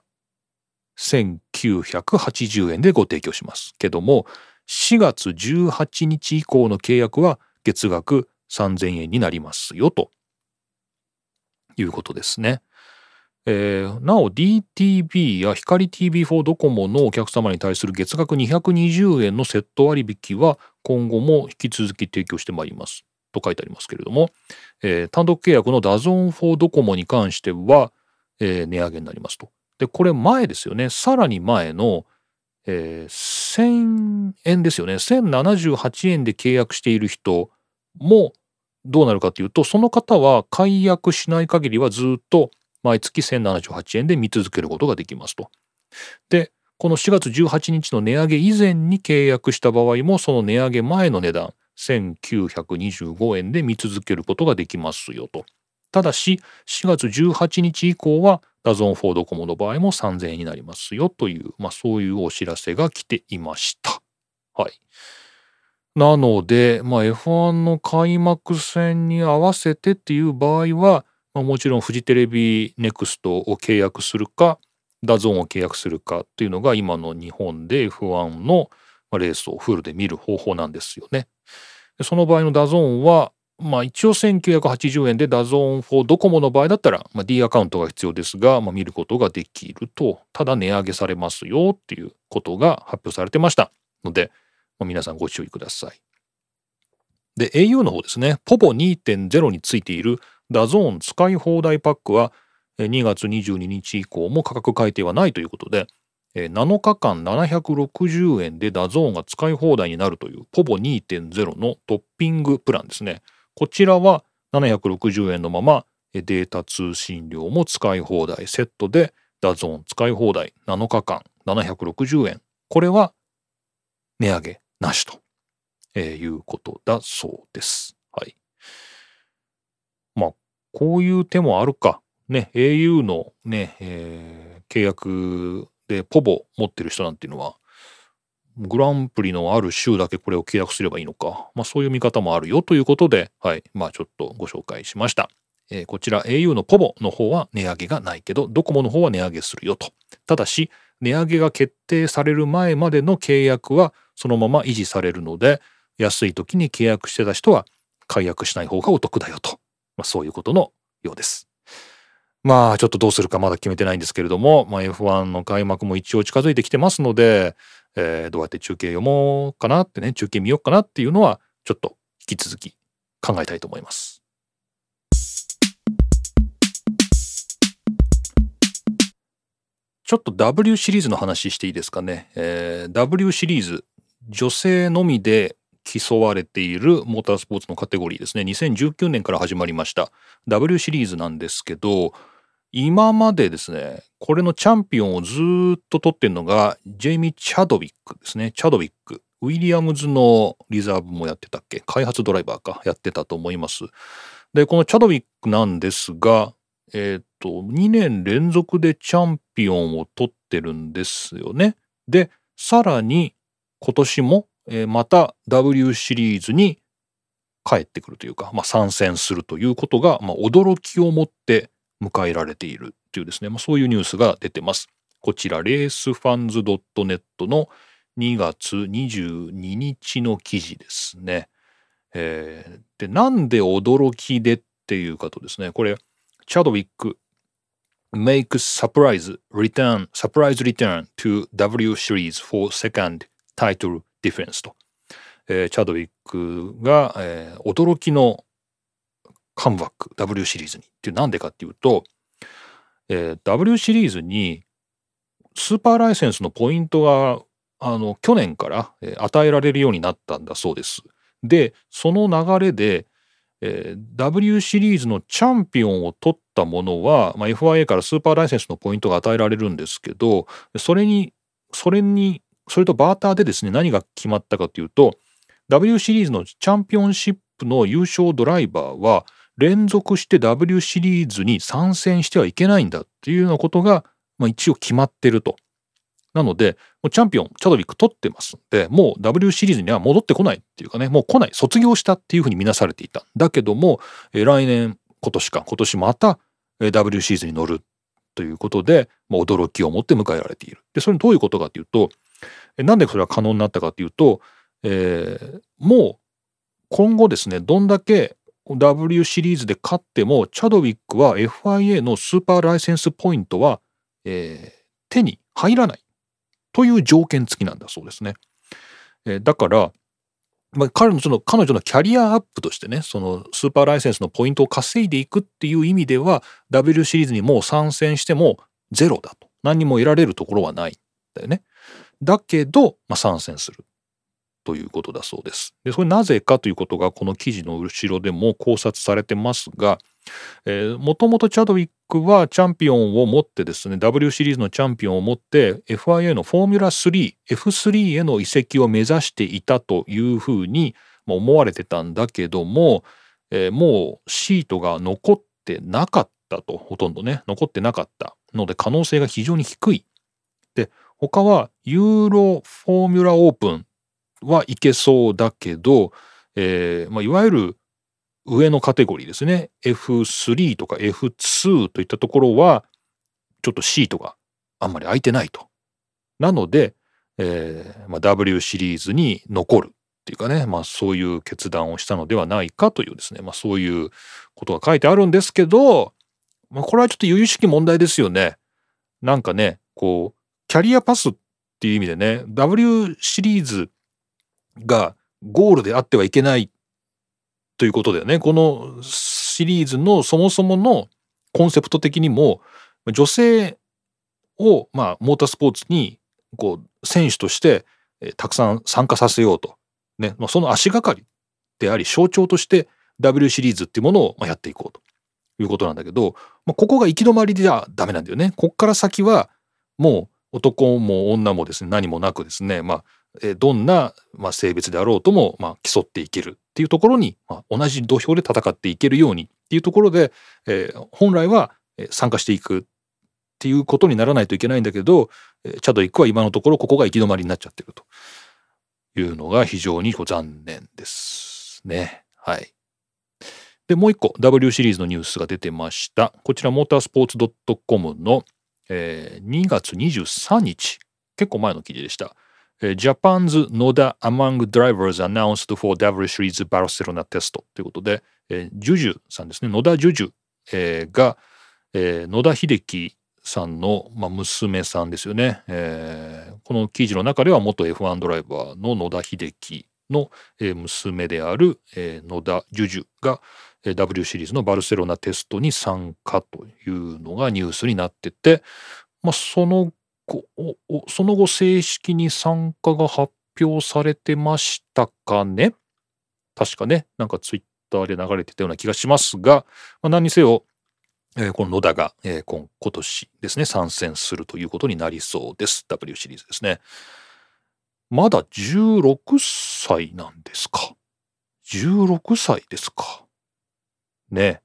1980円でご提供しますけども、4月18日以降の契約は月額3000円になりますよということですね。なお DTV や光 TV4 ドコモのお客様に対する月額220円のセット割引は今後も引き続き提供してまいりますと書いてありますけれども、単独契約のダゾーン4ドコモに関しては、値上げになりますと。でこれ前ですよね。さらに前の、1000円ですよね。1078円で契約している人もどうなるかというと、その方は解約しない限りはずっと毎月1078円で見続けることができますと。でこの4月18日の値上げ以前に契約した場合もその値上げ前の値段1925円で見続けることができますよと。ただし4月18日以降はダゾーン4ドコモの場合も3000円になりますよという、そういうお知らせが来ていました。はい。なので、F1 の開幕戦に合わせてっていう場合は、もちろんフジテレビネクストを契約するかダゾーンを契約するかっていうのが今の日本で F1 のレースをフルで見る方法なんですよね。その場合のダゾーンは一応1980円でダゾーン4ドコモの場合だったら、D アカウントが必要ですが、見ることができると。ただ値上げされますよっていうことが発表されてましたので、皆さんご注意ください。で au の方ですね、ポボ 2.0 についているダゾーン使い放題パックは2月22日以降も価格改定はないということで、7日間760円でダゾーンが使い放題になるというポボ 2.0 のトッピングプランですね。こちらは760円のままデータ通信料も使い放題セットでダゾーン使い放題7日間760円。これは値上げなしということだそうです。はい。こういう手もあるか。ね、au のね、契約でポボ持ってる人なんていうのはグランプリのある週だけこれを契約すればいいのか、そういう見方もあるよということで、はい、ちょっとご紹介しました。こちら au のポボの方は値上げがないけどドコモの方は値上げするよと。ただし値上げが決定される前までの契約はそのまま維持されるので、安い時に契約してた人は解約しない方がお得だよと、そういうことのようです。ちょっとどうするかまだ決めてないんですけれども、F1 の開幕も一応近づいてきてますので、どうやって中継読もうかなってね、中継見ようかなっていうのはちょっと引き続き考えたいと思います。ちょっと W シリーズの話していいですかね。W シリーズ、女性のみで競われているモータースポーツのカテゴリーですね。2019年から始まりました W シリーズなんですけど、今までですね、これのチャンピオンをずっと取ってるのがジェイミー・チャドウィックですね。チャドウィック。ウィリアムズのリザーブもやってたっけ？開発ドライバーかやってたと思います。で、このチャドウィックなんですが、2年連続でチャンピオンを取ってるんですよね。で、さらに今年も、また W シリーズに帰ってくるというか、参戦するということが、驚きをもって迎えられているというですね、そういうニュースが出てます。こちらレースファンズ .net の2月22日の記事ですね。で、なんで驚きでっていうかとですね、これチャドウィック makes surprise return to W series for second title defense と、チャドウィックが、驚きのカムバック W シリーズにってなんでかっていうと、W シリーズにスーパーライセンスのポイントが去年から与えられるようになったんだそうです。でその流れで、W シリーズのチャンピオンを取ったものは、FIA からスーパーライセンスのポイントが与えられるんですけど、それとバーターでですね、何が決まったかというと、W シリーズのチャンピオンシップの優勝ドライバーは連続して W シリーズに参戦してはいけないんだっていうようなことが、一応決まってると。なのでチャンピオンチャドウィック取ってますんで、もう W シリーズには戻ってこないっていうかね、もう来ない、卒業したっていうふうに見なされていたんだけども、来年今年また W シリーズに乗るということで、驚きを持って迎えられている。でそれどういうことかというと、なんでそれは可能になったかというと、もう今後ですね、どんだけ W シリーズで勝ってもチャドウィックは FIA のスーパーライセンスポイントは、手に入らないという条件付きなんだそうですね。だから、彼女のキャリアアップとしてね、そのスーパーライセンスのポイントを稼いでいくっていう意味では W シリーズにもう参戦してもゼロだと、何にも得られるところはないんだよね。だけど、参戦するということだそうです。でそれなぜかということがこの記事の後ろでも考察されてますが、もともとチャドウィックはチャンピオンを持ってですね、 W シリーズのチャンピオンを持って FIA のフォーミュラ3 F3 への移籍を目指していたというふうに思われてたんだけども、もうシートが残ってなかったと、ほとんどね残ってなかったので可能性が非常に低い。で他はユーロフォーミュラオープンはいけそうだけど、いわゆる上のカテゴリーですね F3 とか F2 といったところはちょっとシートがあんまり空いてないと。なので、W シリーズに残るっていうかね、そういう決断をしたのではないかというですね、そういうことが書いてあるんですけど、これはちょっと由々しき問題ですよね。なんかね、こうキャリアパスっていう意味でね、 W シリーズがゴールであってはいけないということだよね。このシリーズのそもそものコンセプト的にも女性をモータースポーツにこう選手としてたくさん参加させようとね、その足がかりであり象徴として W シリーズっていうものをやっていこうということなんだけど、ここが行き止まりじゃダメなんだよね。こっから先はもう男も女もですね何もなくですね、どんな性別であろうとも競っていけるっていうところに、同じ土俵で戦っていけるようにっていうところで、本来は参加していくっていうことにならないといけないんだけど、チャドウィックは今のところここが行き止まりになっちゃってるというのが非常に残念ですね。はい。でもう一個 W シリーズのニュースが出てました。こちらモータースポーツ .com の、2月23日、結構前の記事でした。Japan's Noda among drivers announced for W Series Barcelona Test ということで、ジュジュさんですね、野田ジュジュ、が、野田秀樹さんの、娘さんですよね、この記事の中では元 F1 ドライバーの野田秀樹の、娘である、野田ジュジュが、W シリーズのバルセロナテストに参加というのがニュースになってて、その後正式に参加が発表されてましたかね。確かね、なんかツイッターで流れてたような気がしますが、何にせよ、この野田が、今年ですね参戦するということになりそうです。 W シリーズですね。まだ16歳なんですか。16歳ですかね。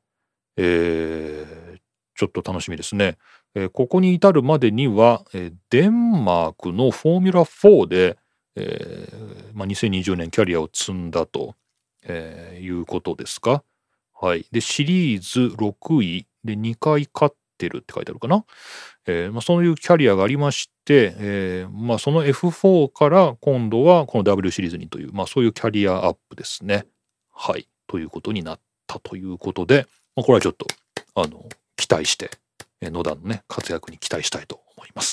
ちょっと楽しみですね。ここに至るまでには、デンマークのフォーミュラ4で、2020年キャリアを積んだと、いうことですか。はい。でシリーズ6位で2回勝ってるって書いてあるかな。そういうキャリアがありまして、その F4 から今度はこの W シリーズにという、そういうキャリアアップですね。はい。ということになったということで、これはちょっと期待して、野田のね活躍に期待したいと思います。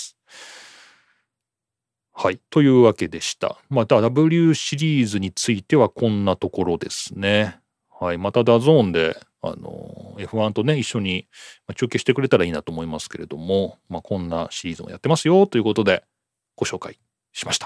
はい。というわけでした。W シリーズについてはこんなところですね。はい。またダゾーンでF1 とね一緒に中継してくれたらいいなと思いますけれども、こんなシリーズもやってますよということでご紹介しました。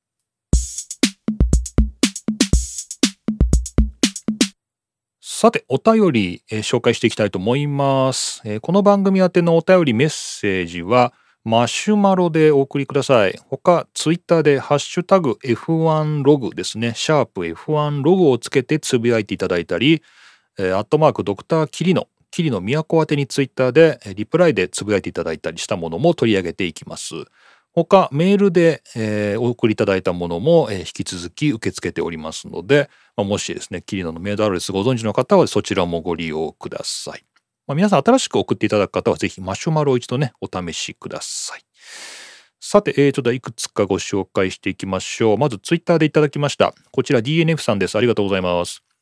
さてお便り、紹介していきたいと思います。この番組宛てのお便りメッセージはマシュマロでお送りください。他ツイッターでハッシュタグ F1 ログですね、シャープ F1 ログをつけてつぶやいていただいたり、アットマークドクターキリノ都宛てにツイッターでリプライでつぶやいていただいたりしたものも取り上げていきます。他メールで、お送りいただいたものも、引き続き受け付けておりますので、もしですねキリノのメールアドレスご存知の方はそちらもご利用ください。 皆さん新しく送っていただく方はぜひマシュマロを一度ね、お試しください。さて、ちょっといくつかご紹介していきましょう。まずツイッターでいただきました。こちら DNF さんです。ありがとうございます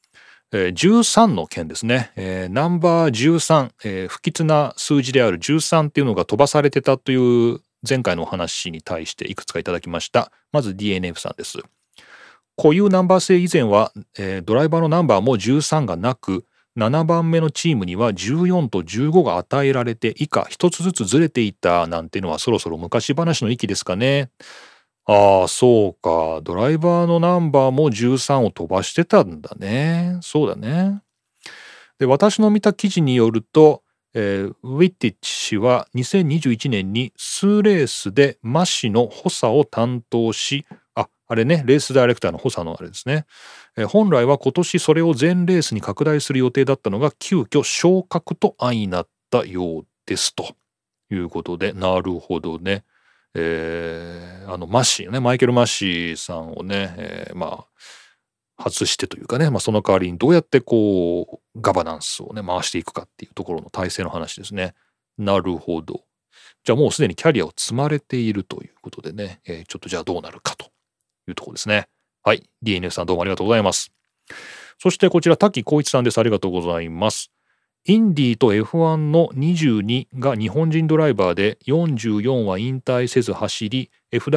。13の件ですね。ナンバー13、不吉な数字である13っていうのが飛ばされてたという前回のお話に対していくつかいただきました。まず DNF さんです。固有ナンバー制以前は、ドライバーのナンバーも13がなく、7番目のチームには14と15が与えられて以下一つずつずれていたなんていうのはそろそろ昔話の域ですかね。ああ、そうか。ドライバーのナンバーも13を飛ばしてたんだね。そうだね。で、私の見た記事によると、ウィッティッチ氏は2021年に数レースでマシの補佐を担当し、あれね、レースダイレクターの補佐のあれですね。本来は今年それを全レースに拡大する予定だったのが急遽昇格と相なったようですということで、なるほどね。マシーね、マイケル・マシーさんをね、外してというかね、その代わりにどうやってこうガバナンスをね回していくかっていうところの体制の話ですね。なるほど。じゃあもうすでにキャリアを積まれているということでね、ちょっとじゃあどうなるかというところですね。はい。DNF さんどうもありがとうございます。そしてこちら滝光一さんです。ありがとうございます。インディと F1 の22が日本人ドライバーで44は引退せず走り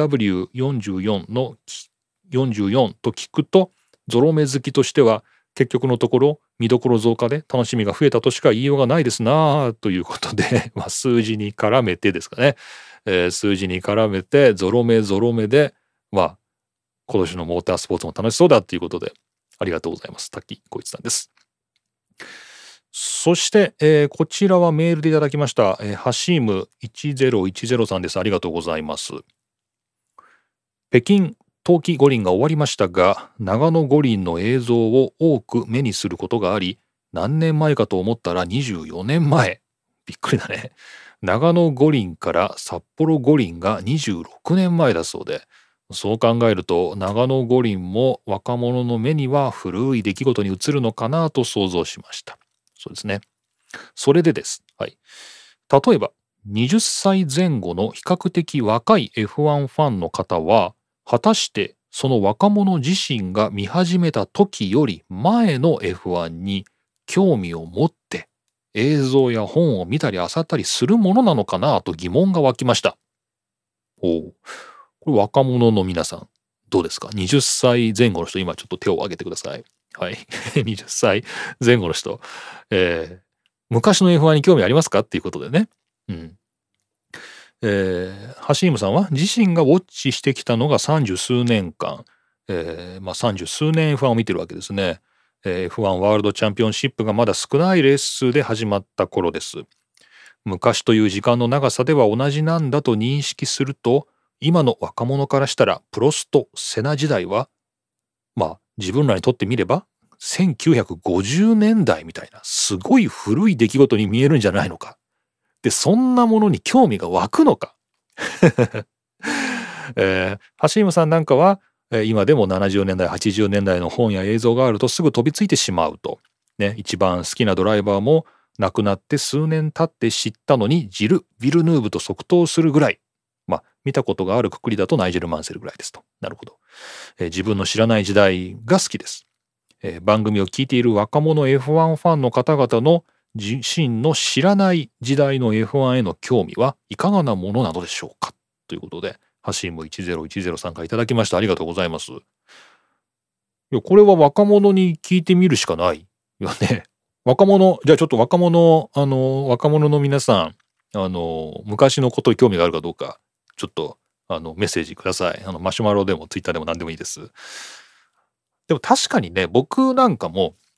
FW44 の44と聞くとゾロ目好きとしては結局のところ見どころ増加で楽しみが増えたとしか言いようがないですなということで、数字に絡めてですかね、数字に絡めてゾロ目で今年のモータースポーツも楽しそうだということでありがとうございます。滝光一さんです。そして、こちらはメールでいただきました、ハシーム1010さんです。ありがとうございます。北京冬季五輪が終わりましたが、長野五輪の映像を多く目にすることがあり、何年前かと思ったら24年前。びっくりだね。長野五輪から札幌五輪が26年前だそうで、そう考えると長野五輪も若者の目には古い出来事に映るのかなと想像しました。そうですね。それでです。はい。例えば、20歳前後の比較的若い F1 ファンの方は、果たしてその若者自身が見始めた時より前の F1 に興味を持って映像や本を見たり漁ったりするものなのかなと疑問が湧きました。おお、これ若者の皆さんどうですか？ 20 歳前後の人今ちょっと手を挙げてください。はい。20歳前後の人、昔の F1 に興味ありますかっていうことでね。うん。ハシームさんは自身がウォッチしてきたのが30数年間、30数年 F1 を見てるわけですね。F1 ワールドチャンピオンシップがまだ少ないレース数で始まった頃です。昔という時間の長さでは同じなんだと認識すると、今の若者からしたらプロスト・セナ時代は自分らにとってみれば1950年代みたいなすごい古い出来事に見えるんじゃないのか。で、そんなものに興味が湧くのか。ハシームさんなんかは、今でも70年代、80年代の本や映像があるとすぐ飛びついてしまうと。ね、一番好きなドライバーも亡くなって数年経って知ったのにジル・ヴィルヌーブと即答するぐらい。見たことがあるくくりだとナイジェル・マンセルぐらいですと。なるほど。自分の知らない時代が好きです。番組を聞いている若者 F1 ファンの方々の自身の知らない時代の F1 への興味はいかがなものなのでしょうかということで、ハシーム1010さんからいただきました。ありがとうございます。いや、これは若者に聞いてみるしかないよね。じゃあちょっと若者の皆さん、昔のことに興味があるかどうか、ちょっと、メッセージください。マシュマロでもツイッターでも何でもいいです。でも確かにね、僕なんか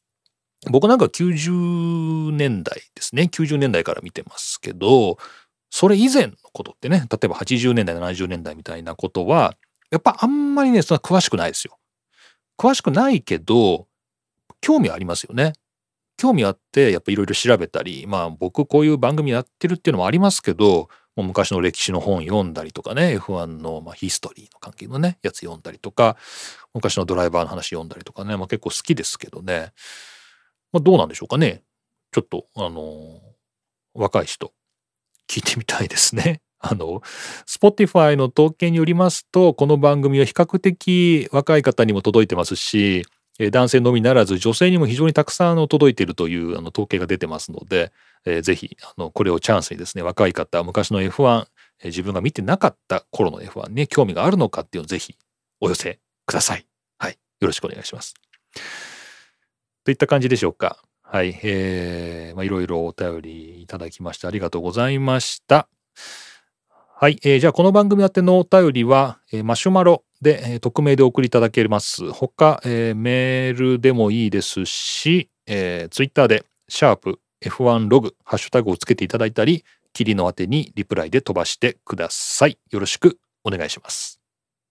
90年代ですね。90年代から見てますけど、それ以前のことってね、例えば80年代、70年代みたいなことは、やっぱあんまりね、そんな詳しくないですよ。詳しくないけど、興味ありますよね。興味あって、やっぱいろいろ調べたり、僕こういう番組やってるっていうのもありますけど、もう昔の歴史の本読んだりとかね、F1 のヒストリーの関係のね、やつ読んだりとか、昔のドライバーの話読んだりとかね、結構好きですけどね。どうなんでしょうかね。ちょっと、 若い人聞いてみたいですね。Spotify の統計によりますと、この番組は比較的若い方にも届いてますし、男性のみならず女性にも非常にたくさん届いているという統計が出てますので、ぜひこれをチャンスにですね、若い方、昔の F1、自分が見てなかった頃の F1 に興味があるのかっていうのをぜひお寄せください。はい。よろしくお願いします。といった感じでしょうか。はい。いろいろお便りいただきましてありがとうございました。はい。じゃあこの番組宛てのお便りは、マシュマロで、匿名でお送りいただけます。他、メールでもいいですし、ツイッターで#F1 ログハッシュタグをつけていただいたり、キリの宛てにリプライで飛ばしてください。よろしくお願いします。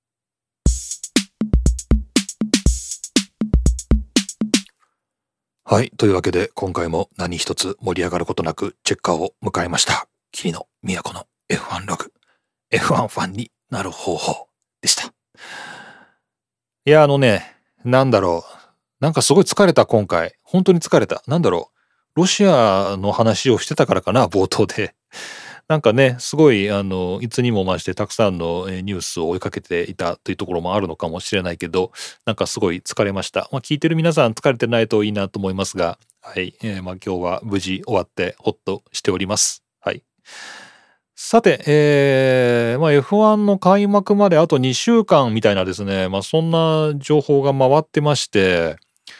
はい。というわけで今回も何一つ盛り上がることなくチェッカーを迎えました。キリの都の F1 ログ。F1 ファンになる方法でした。いや、なんだろう。なんかすごい疲れた今回。本当に疲れた。なんだろう。ロシアの話をしてたからかな、冒頭で。なんかね、すごい、いつにも増してたくさんのニュースを追いかけていたというところもあるのかもしれないけど、なんかすごい疲れました。聞いてる皆さん疲れてないといいなと思いますが、はい。今日は無事終わってほっとしております。はい。さて、F1 の開幕まであと2週間みたいなですね、そんな情報が回ってまして、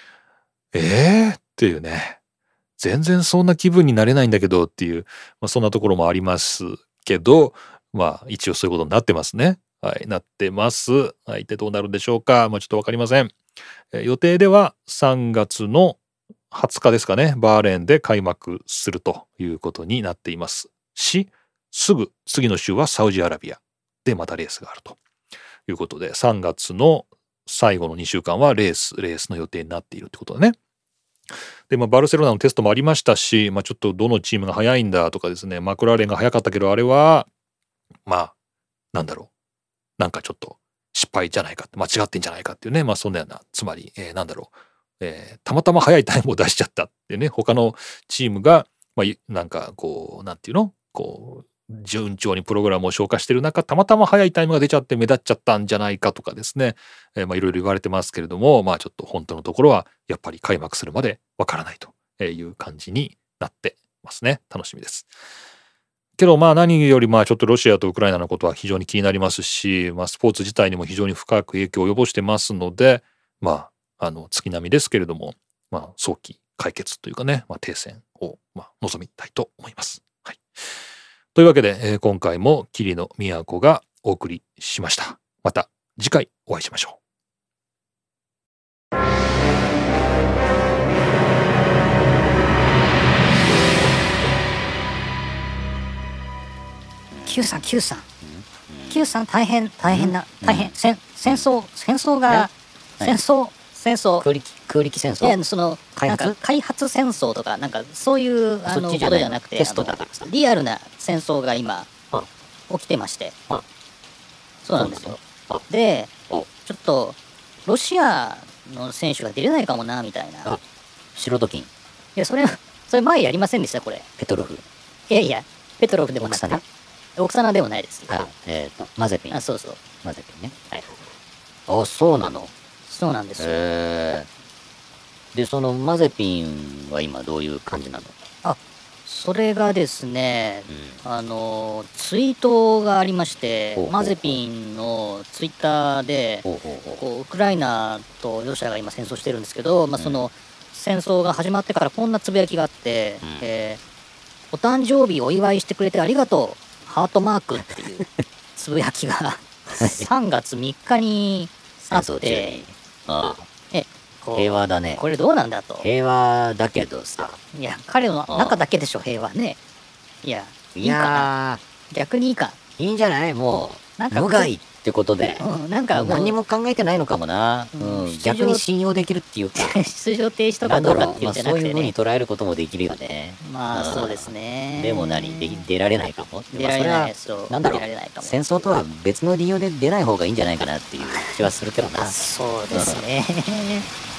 っていうね、全然そんな気分になれないんだけどっていう、そんなところもありますけど、一応そういうことになってますね。はい、なってます。はい、でどうなるんでしょうか。ちょっとわかりません。予定では3月の20日ですかね、バーレーンで開幕するということになっていますし、すぐ次の週はサウジアラビアでまたレースがあるということで、3月の最後の2週間はレースの予定になっているってことだね。で、バルセロナのテストもありましたし、ちょっとどのチームが速いんだとかですね、マクラーレンが速かったけど、あれは、なんだろう。なんかちょっと失敗じゃないかって、間違ってんじゃないかっていうね、そんなような、つまり、たまたま速いタイムを出しちゃったっていうね、他のチームが、なんかこう、なんていうのこう、順調にプログラムを消化している中、たまたま速いタイムが出ちゃって目立っちゃったんじゃないかとかですね、いろいろ言われてますけれども、ちょっと本当のところはやっぱり開幕するまでわからないという感じになってますね。楽しみです。けど何よりちょっとロシアとウクライナのことは非常に気になりますし、スポーツ自体にも非常に深く影響を及ぼしてますので、月並みですけれども、早期解決というかね、停戦を望みたいと思います。はい。というわけで、今回も桐野都がお送りしました。また次回お会いしましょう。 Q さん大変な戦争空力戦争。 いやその開発戦争とかなんかそういうことじゃなくて、 テストだからさ、 リアルな戦争が今起きてまして、そうなんですよ。でちょっとロシアの選手が出れないかもなみたいな。 素人金。 いやそれ前やりませんでしたこれ。 ペトロフ。 いやペトロフでもなくてオクサナでもないです。 マゼピン。 そうそう。 マゼピンね。はい。あ、そうなの。 そうなんですよ。 で、そのマゼピンは今どういう感じなの？ それがですね、ツイートがありまして、マゼピンのツイッターで、ウクライナとロシアが今戦争してるんですけど、その戦争が始まってからこんなつぶやきがあって、お誕生日お祝いしてくれてありがとう、ハートマークっていうつぶやきが3月3日にあって、 平和だね。 これどうなんだと。 平和だけどさ。 いや、彼の中だけでしょ、平和ね。いや、いいかな。逆にいいか。 いいんじゃない？もう、無害ってことで。 なんか何にも考えてないのかもな。逆に信用できるっていうか。 出場停止とかどうかっていうんじゃなくてね。 そういう風に捉えることもできるよね。 そうですね。 でも出られないかも。 出られない。 なんだろう。戦争とは別の理由で出ない方がいいんじゃないかなっていう気はするけどな。 そうですね。